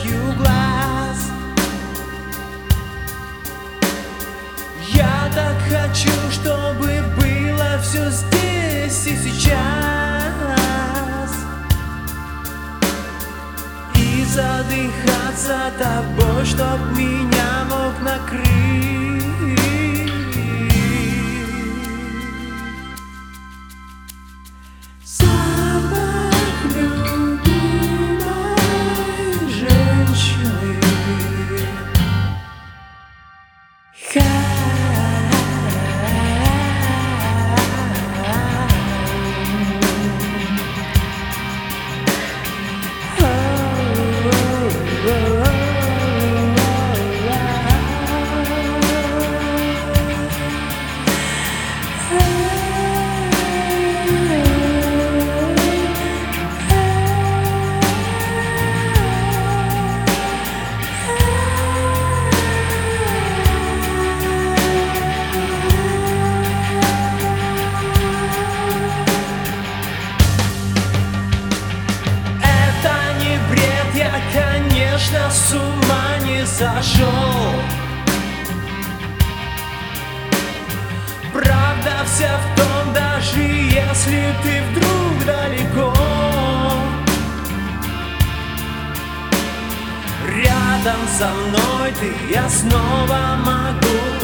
радостью глаз. Я так хочу, чтобы было все здесь и сейчас, и задыхаться тобой, чтоб меня мог накрыть. Запах любимой женщины. Конечно, с ума не сошел. Правда вся в том, даже если ты вдруг далеко, рядом со мной ты, я снова могу